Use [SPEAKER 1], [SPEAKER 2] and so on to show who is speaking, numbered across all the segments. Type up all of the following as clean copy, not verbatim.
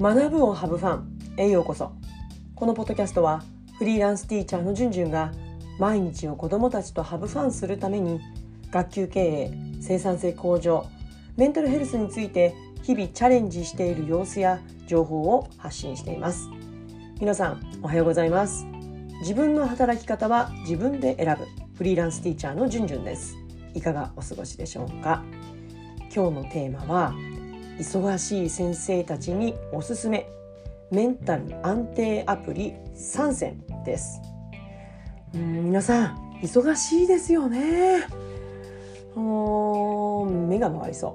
[SPEAKER 1] 学ぶをハブファンへようこそ。このポッドキャストはフリーランスティーチャーのじゅんじゅんが毎日を子どもたちとハブファンするために学級経営、生産性向上、メンタルヘルスについて日々チャレンジしている様子や情報を発信しています。皆さんおはようございます。自分の働き方は自分で選ぶフリーランスティーチャーのじゅんじゅんです。いかがお過ごしでしょうか。今日のテーマは忙しい先生たちにおすすめメンタル安定アプリ3選です。皆さん忙しいですよね。目が回りそう、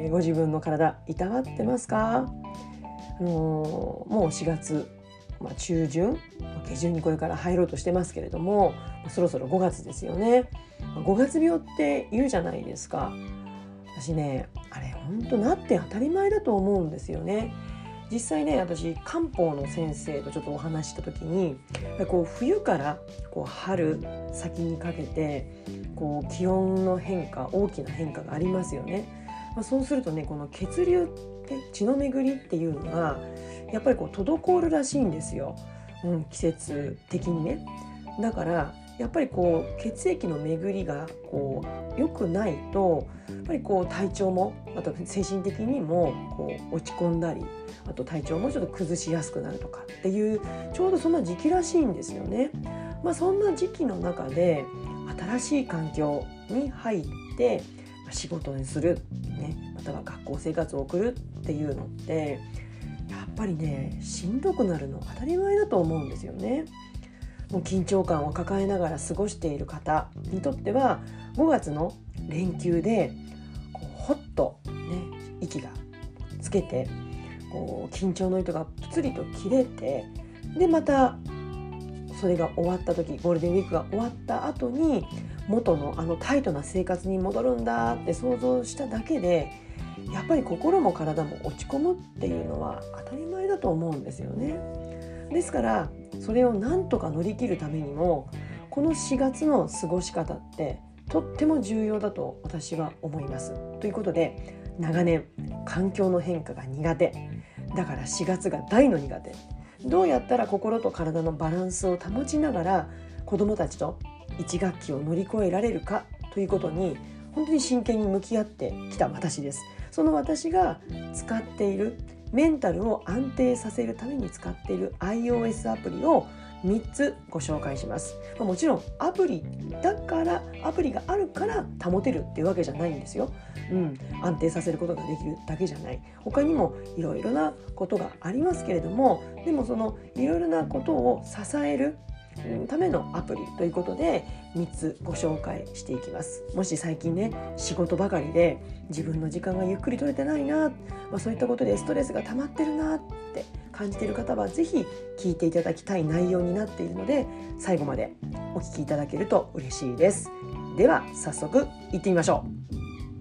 [SPEAKER 1] ご自分の体いたわってますか？もう4月、中旬下旬にこれから入ろうとしてますけれども、そろそろ5月ですよね。5月病って言うじゃないですか。私ね、あれ本当なって当たり前だと思うんですよね。実際ね、私漢方の先生とちょっとお話しした時に、冬から春先にかけて気温の変化、大きな変化がありますよね。そうするとね、この血流って血の巡りっていうのがやっぱり滞るらしいんですよ、季節的にね。だからやっぱり血液の巡りが良くないと、やっぱり体調も、あと精神的にも落ち込んだり、あと体調もちょっと崩しやすくなるとかっていう、ちょうどそんな時期らしいんですよね。そんな時期の中で新しい環境に入って仕事にする、または学校生活を送るっていうのってやっぱりね、しんどくなるの当たり前だと思うんですよね。もう緊張感を抱えながら過ごしている方にとっては、5月の連休でほっと、息がつけて緊張の糸がぷつりと切れて、でまたそれが終わった時、ゴールデンウィークが終わった後に元のタイトな生活に戻るんだって想像しただけで、やっぱり心も体も落ち込むっていうのは当たり前だと思うんですよね。ですからそれをなんとか乗り切るためにも、この4月の過ごし方ってとっても重要だと私は思います。ということで、長年環境の変化が苦手だから4月が大の苦手、どうやったら心と体のバランスを保ちながら子どもたちと1学期を乗り越えられるかということに本当に真剣に向き合ってきた私です。その私が使っている、メンタルを安定させるために使っている iOS アプリを3つご紹介します。もちろんアプリがあるから保てるっていうわけじゃないんですよ。安定させることができるだけじゃない。他にもいろいろなことがありますけれども、でもそのいろいろなことを支えるためのアプリということで3つご紹介していきます。もし最近ね、仕事ばかりで自分の時間がゆっくり取れてないな、そういったことでストレスが溜まってるなって感じている方は、ぜひ聞いていただきたい内容になっているので、最後までお聞きいただけると嬉しいです。では早速行ってみましょう。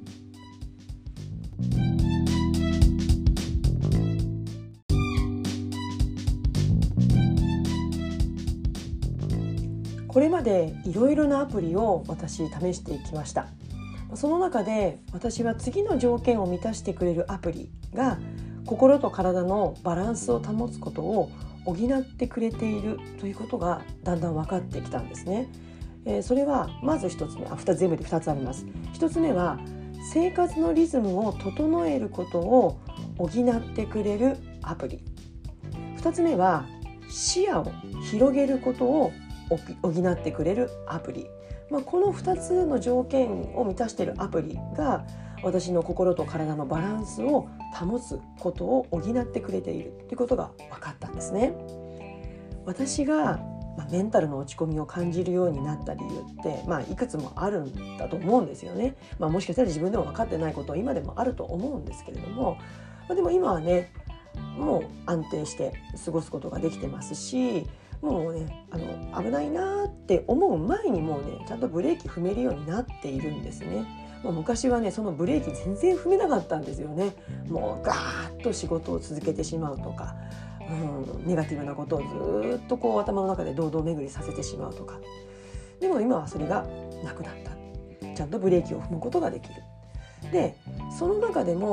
[SPEAKER 1] これまでいろいろなアプリを私試していきました。その中で私は次の条件を満たしてくれるアプリが心と体のバランスを保つことを補ってくれているということがだんだん分かってきたんですね。それはまず1つ目、全部で2つあります。1つ目は生活のリズムを整えることを補ってくれるアプリ。2つ目は視野を広げることを補ってくれるアプリ。この2つの条件を満たしているアプリが私の心と体のバランスを保つことを補ってくれているということが分かったんですね。私がメンタルの落ち込みを感じるようになった理由っていくつもあるんだと思うんですよね。もしかしたら自分でも分かってないことは今でもあると思うんですけれども、でも今はね、もう安定して過ごすことができてますし、もうね、危ないなって思う前にもうね、ちゃんとブレーキ踏めるようになっているんですね。もう昔はね、そのブレーキ全然踏めなかったんですよね。もうガーッと仕事を続けてしまうとか、ネガティブなことをずっと頭の中で堂々巡りさせてしまうとか。でも今はそれがなくなった。ちゃんとブレーキを踏むことができる。で、その中でも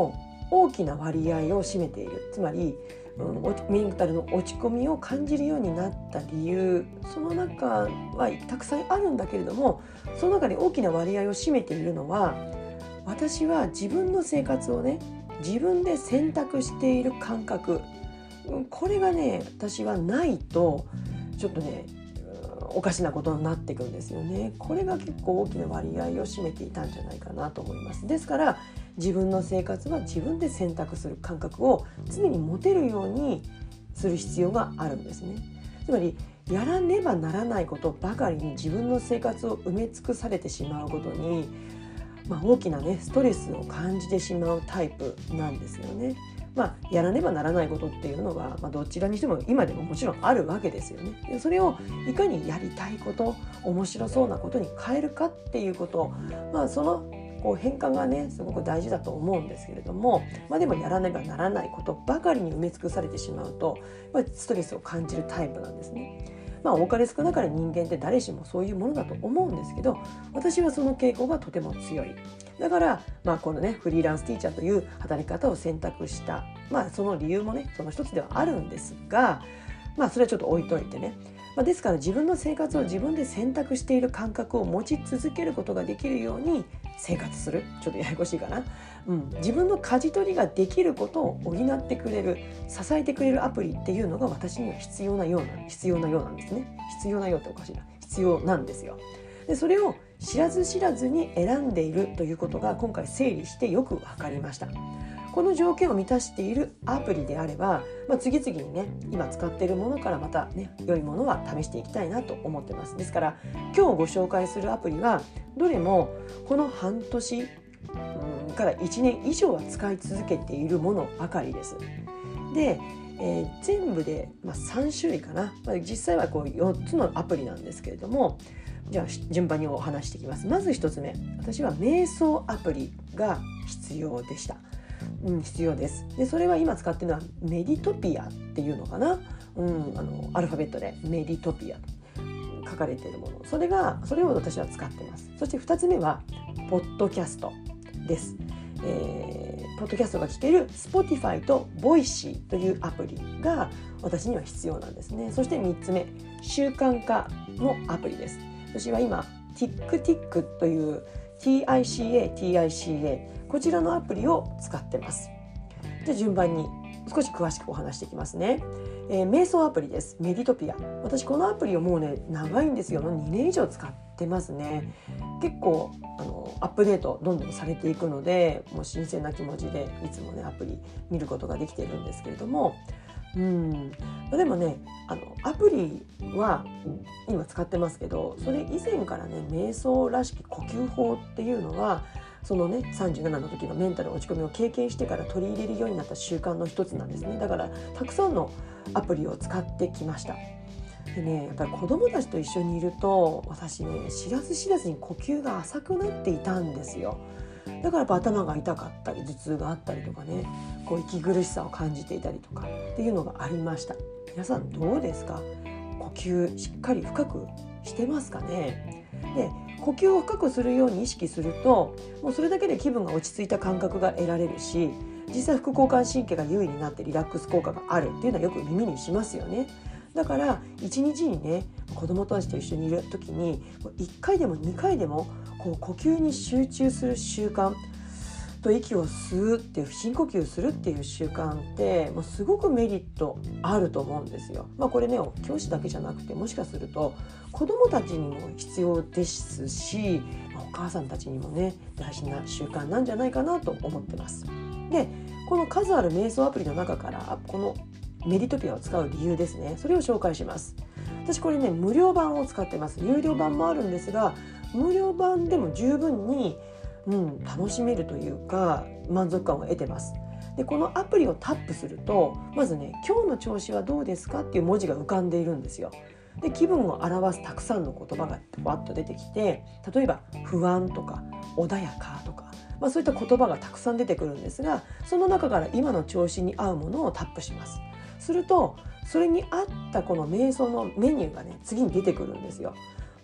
[SPEAKER 1] 大きな割合を占めている。つまり、メンタルの落ち込みを感じるようになった理由、その中はたくさんあるんだけれども、その中で大きな割合を占めているのは、私は自分の生活をね、自分で選択している感覚、これがね、私はないとちょっとね、おかしなことになっていくんですよね。これが結構大きな割合を占めていたんじゃないかなと思います。ですから自分の生活は自分で選択する感覚を常に持てるようにする必要があるんですね。つまりやらねばならないことばかりに自分の生活を埋め尽くされてしまうことに、大きなねストレスを感じてしまうタイプなんですよね。やらねばならないことっていうのは、どちらにしても今でももちろんあるわけですよね。でそれをいかにやりたいこと、面白そうなことに変えるかっていうこと、その変換がねすごく大事だと思うんですけれども、でもやらねばならないことばかりに埋め尽くされてしまうと、ストレスを感じるタイプなんですね。多かれ少なかれ人間って誰しもそういうものだと思うんですけど、私はその傾向がとても強い。だから、このねフリーランスティーチャーという働き方を選択した、その理由もねその一つではあるんですが、それはちょっと置いといてね。ですから自分の生活を自分で選択している感覚を持ち続けることができるように生活する。ちょっとややこしいかな。自分の舵取りができることを補ってくれる、支えてくれるアプリっていうのが私には必要なようなんですね。必要なようっておかしいな。必要なんですよ。でそれを知らず知らずに選んでいるということが今回整理してよく分かりました。この条件を満たしているアプリであれば、次々にね今使っているものからまたね良いものは試していきたいなと思ってます。ですから今日ご紹介するアプリはどれもこの半年から1年以上は使い続けているものばかりです。で、全部で、3種類かな、実際は4つのアプリなんですけれども、じゃあ順番にお話していきます。まず1つ目、私は瞑想アプリが必要でした。必要です。でそれは今使っているのはメディトピアっていうのかな、アルファベットでメディトピア書かれているもの、それを私は使っています。そして2つ目はポッドキャストです。ポッドキャストが聞ける Spotify と Voicy というアプリが私には必要なんですね。そして3つ目、習慣化のアプリです。私は今 TickTick という TICA こちらのアプリを使ってます。じゃあ順番に少し詳しくお話していきますね。瞑想アプリです。メディトピア。私このアプリをもうね長いんですよ。2年以上使ってますね。結構アップデートどんどんされていくので、もう新鮮な気持ちでいつもねアプリ見ることができているんですけれども、でもねアプリは今使ってますけど、それ以前からね瞑想らしき呼吸法っていうのはそのね37の時のメンタル落ち込みを経験してから取り入れるようになった習慣の一つなんですね。だからたくさんのアプリを使ってきました。でね、やっぱり子どもたちと一緒にいると私ね知らず知らずに呼吸が浅くなっていたんですよ。だからやっぱ頭が痛かったり頭痛があったりとかね、息苦しさを感じていたりとかっていうのがありました。皆さんどうですか？呼吸しっかり深くしてますかね？で呼吸を深くするように意識すると、もうそれだけで気分が落ち着いた感覚が得られるし、実際副交感神経が優位になってリラックス効果があるっていうのはよく耳にしますよね。だから一日にね子どもたちと一緒にいる時に1回でも2回でも呼吸に集中する習慣と、息を吸うっていう深呼吸するっていう習慣ってもうすごくメリットあると思うんですよ。これね教師だけじゃなくて、もしかすると子どもたちにも必要ですし、お母さんたちにもね大事な習慣なんじゃないかなと思ってます。でこの数ある瞑想アプリの中からこのメディトピアを使う理由ですね、それを紹介します。私これね無料版を使ってます。有料版もあるんですが、無料版でも十分に、楽しめるというか満足感を得てます。でこのアプリをタップするとまずね今日の調子はどうですかっていう文字が浮かんでいるんですよ。で気分を表すたくさんの言葉がわっと出てきて、例えば不安とか穏やかとか、そういった言葉がたくさん出てくるんですが、その中から今の調子に合うものをタップします。するとそれに合ったこの瞑想のメニューがね次に出てくるんですよ。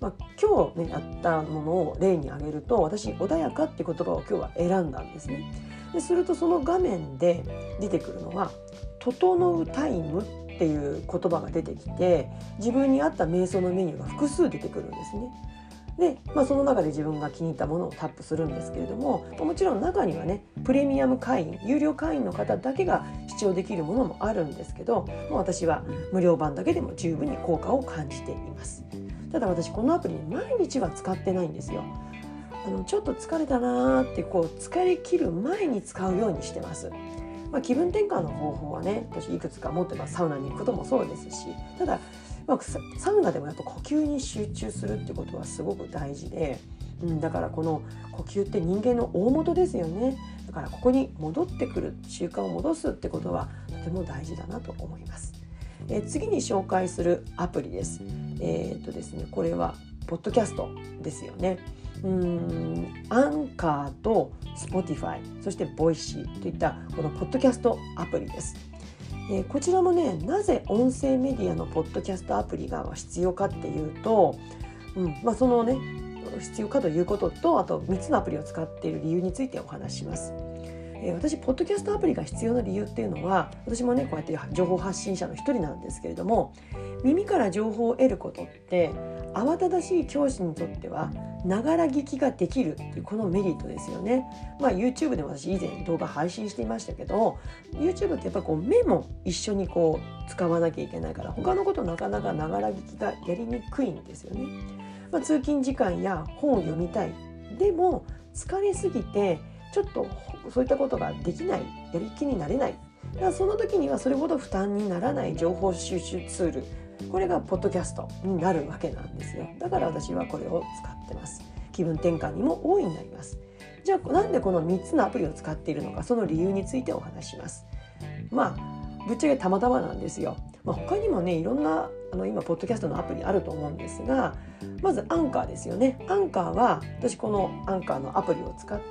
[SPEAKER 1] 今日ねやったものを例に挙げると、私穏やかって言葉を今日は選んだんですね。でするとその画面で出てくるのが整うタイムっていう言葉が出てきて、自分に合った瞑想のメニューが複数出てくるんですね。で、その中で自分が気に入ったものをタップするんですけれども、もちろん中にはねプレミアム会員、有料会員の方だけが視聴できるものもあるんですけど、もう私は無料版だけでも十分に効果を感じています。ただ私このアプリ毎日は使ってないんですよ。ちょっと疲れたなーって疲れ切る前に使うようにしてます。気分転換の方法はね、私いくつか持ってます。サウナに行くこともそうですし、ただサウナでもやっぱ呼吸に集中するってことはすごく大事で、だからこの呼吸って人間の大元ですよね。だからここに戻ってくる習慣を戻すってことはとても大事だなと思います。次に紹介するアプリです。ですね、これはポッドキャストですよね。アンカーと Spotify、 そしてボイシーといったこのポッドキャストアプリです。こちらもね、なぜ音声メディアのポッドキャストアプリが必要かっていうと、そのね必要かということと、あと3つのアプリを使っている理由についてお話しします。私ポッドキャストアプリが必要な理由っていうのは、私もねこうやって情報発信者の一人なんですけれども、耳から情報を得ることって慌ただしい教師にとってはながら聞きができるっていうこのメリットですよね。YouTube でも私以前動画配信していましたけど、 YouTube ってやっぱり目も一緒に使わなきゃいけないから、他のことなかなかながら聞きがやりにくいんですよね。通勤時間や本を読みたい、でも疲れすぎてちょっとそういったことができない、やる気になれない、だからその時にはそれほど負担にならない情報収集ツール、これがポッドキャストになるわけなんですよ。だから私はこれを使ってます。気分転換にも大いになります。じゃあなんでこの3つのアプリを使っているのか、その理由についてお話しします。ぶっちゃけたまたまなんですよ。他にもねいろんな今ポッドキャストのアプリあると思うんですが、まずアンカーですよね。アンカーは私このアンカーのアプリを使って、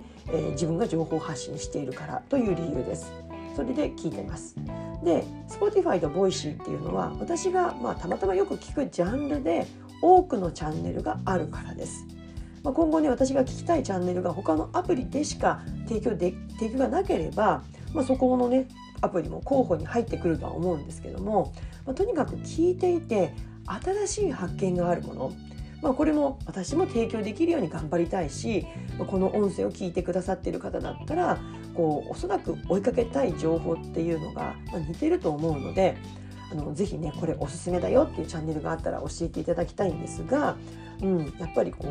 [SPEAKER 1] 自分が情報発信しているからという理由です。それで聞いてます。で Spotify と Voicy っていうのは私がたまたまよく聞くジャンルで多くのチャンネルがあるからです。今後ね私が聞きたいチャンネルが他のアプリでしか提供がなければ、そこのねアプリも候補に入ってくるとは思うんですけども、とにかく聞いていて新しい発見があるもの、これも私も提供できるように頑張りたいし、この音声を聞いてくださっている方だったらおそらく追いかけたい情報っていうのが似てると思うので、ぜひねこれおすすめだよっていうチャンネルがあったら教えていただきたいんですが、やっぱり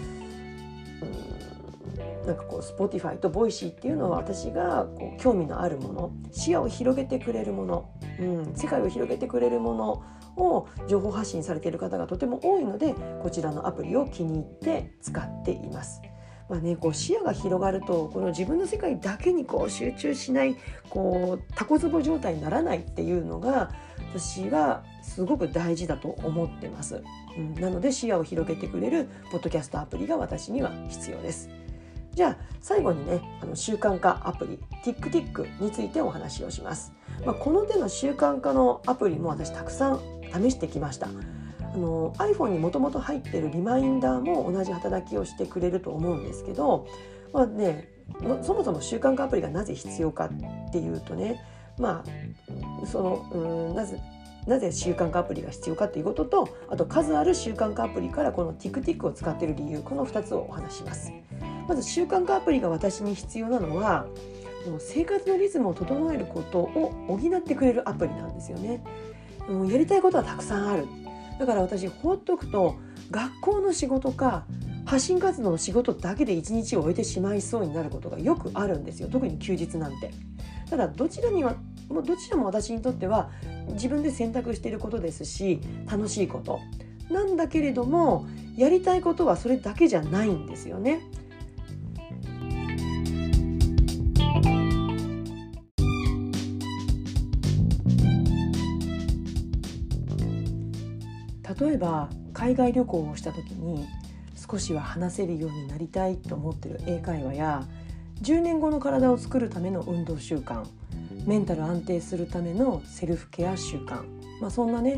[SPEAKER 1] Spotify と Voicy っていうのは私が興味のあるもの、視野を広げてくれるもの、世界を広げてくれるものを情報発信されている方がとても多いので、こちらのアプリを気に入って使っています。視野が広がるとこの自分の世界だけに集中しない、タコツボ状態にならないっていうのが私はすごく大事だと思ってます。なので視野を広げてくれるポッドキャストアプリが私には必要です。じゃあ最後にね習慣化アプリ TickTick についてお話をします。この手の習慣化のアプリも私たくさん試してきました。iPhone にもともと入っているリマインダーも同じ働きをしてくれると思うんですけど、そもそも習慣化アプリがなぜ必要かっていうとね、なぜ習慣化アプリが必要かということと、あと数ある習慣化アプリからこの TickTick を使っている理由、この2つをお話します。まず習慣化アプリが私に必要なのは、生活のリズムを整えることを補ってくれるアプリなんですよね。やりたいことはたくさんある。だから私放っておくと学校の仕事か発信活動の仕事だけで一日を終えてしまいそうになることがよくあるんですよ。特に休日なんて。ただどちらも私にとっては自分で選択していることですし、楽しいことなんだけれども、やりたいことはそれだけじゃないんですよね。例えば海外旅行をした時に少しは話せるようになりたいと思っている英会話や、10年後の体を作るための運動習慣、メンタル安定するためのセルフケア習慣、そんなね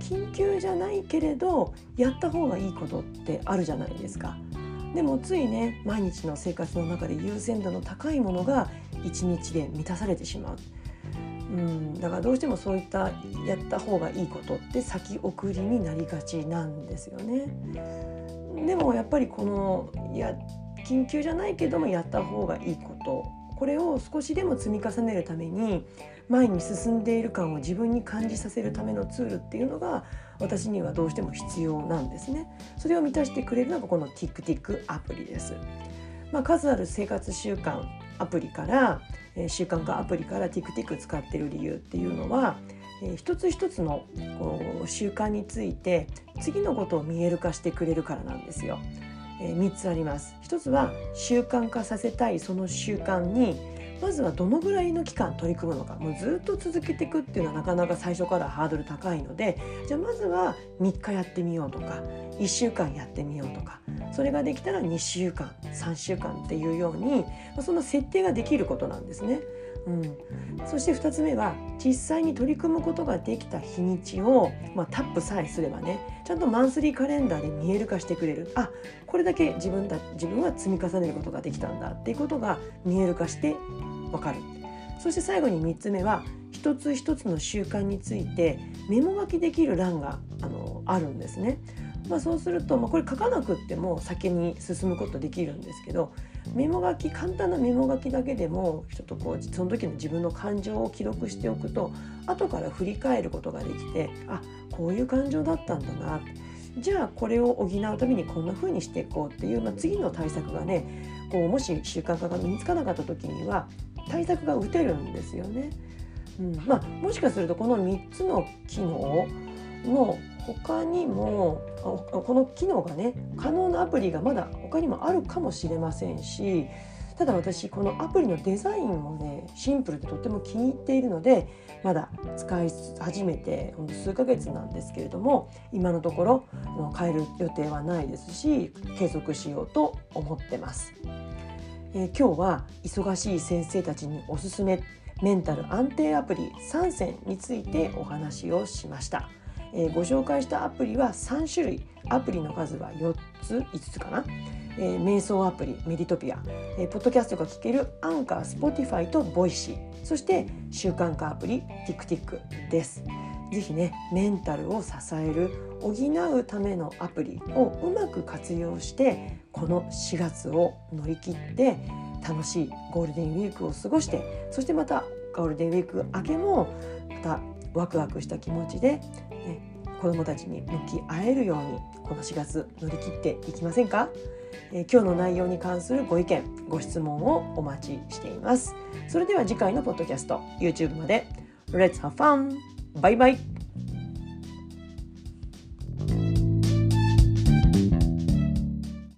[SPEAKER 1] 緊急じゃないけれどやった方がいいことってあるじゃないですか。でもついね、毎日の生活の中で優先度の高いものが一日で満たされてしまう。だからどうしてもそういったやった方がいいことって先送りになりがちなんですよね。でもやっぱりこの緊急じゃないけどもやった方がいいこと、これを少しでも積み重ねるために前に進んでいる感を自分に感じさせるためのツールっていうのが私にはどうしても必要なんですね。それを満たしてくれるのがこの TickTick アプリです。数ある生活習慣アプリから習慣化アプリから TickTick 使っている理由っていうのは、一つ一つの習慣について次のことを見える化してくれるからなんですよ。3つあります。一つは習慣化させたいその習慣にまずはどのぐらいの期間取り組むのか。もうずっと続けていくっていうのはなかなか最初からハードル高いので、じゃあまずは3日やってみようとか1週間やってみようとか、それができたら2週間3週間っていうように、その設定ができることなんですね。そして2つ目は実際に取り組むことができた日にちを、タップさえすればね、ちゃんとマンスリーカレンダーで見える化してくれる。これだけ自分は積み重ねることができたんだっていうことが見える化してわかる。そして最後に3つ目は一つ一つの習慣についてメモ書きできる欄があるんですね。そうすると、これ書かなくっても先に進むことできるんですけど、簡単なメモ書きだけでもちょっとその時の自分の感情を記録しておくと後から振り返ることができて、こういう感情だったんだな、じゃあこれを補うためにこんな風にしていこうっていう、次の対策がね、もし習慣化が身につかなかった時には対策が打てるんですよね。もしかするとこの3つの機能の他にもこの機能がね可能なアプリがまだ他にもあるかもしれませんし、ただ私このアプリのデザインもねシンプルでとっても気に入っているので、まだ使い始めてほんと数ヶ月なんですけれども、今のところ変える予定はないですし継続しようと思ってます。今日は忙しい先生たちにおすすめメンタル安定アプリ3選についてお話をしました。ご紹介したアプリは3種類、アプリの数は4つ5つかな。瞑想アプリメディトピア、ポッドキャストが聞けるアンカー、スポティファイとボイシー、そして習慣化アプリ TickTick です。ぜひね、メンタルを支える補うためのアプリをうまく活用してこの4月を乗り切って楽しいゴールデンウィークを過ごして、そしてまたゴールデンウィーク明けもまたワクワクした気持ちで、子どもたちに向き合えるようにこの4月乗り切っていきませんか。今日の内容に関するご意見ご質問をお待ちしています。それでは次回のポッドキャスト YouTube まで Let's have fun! バイバイ。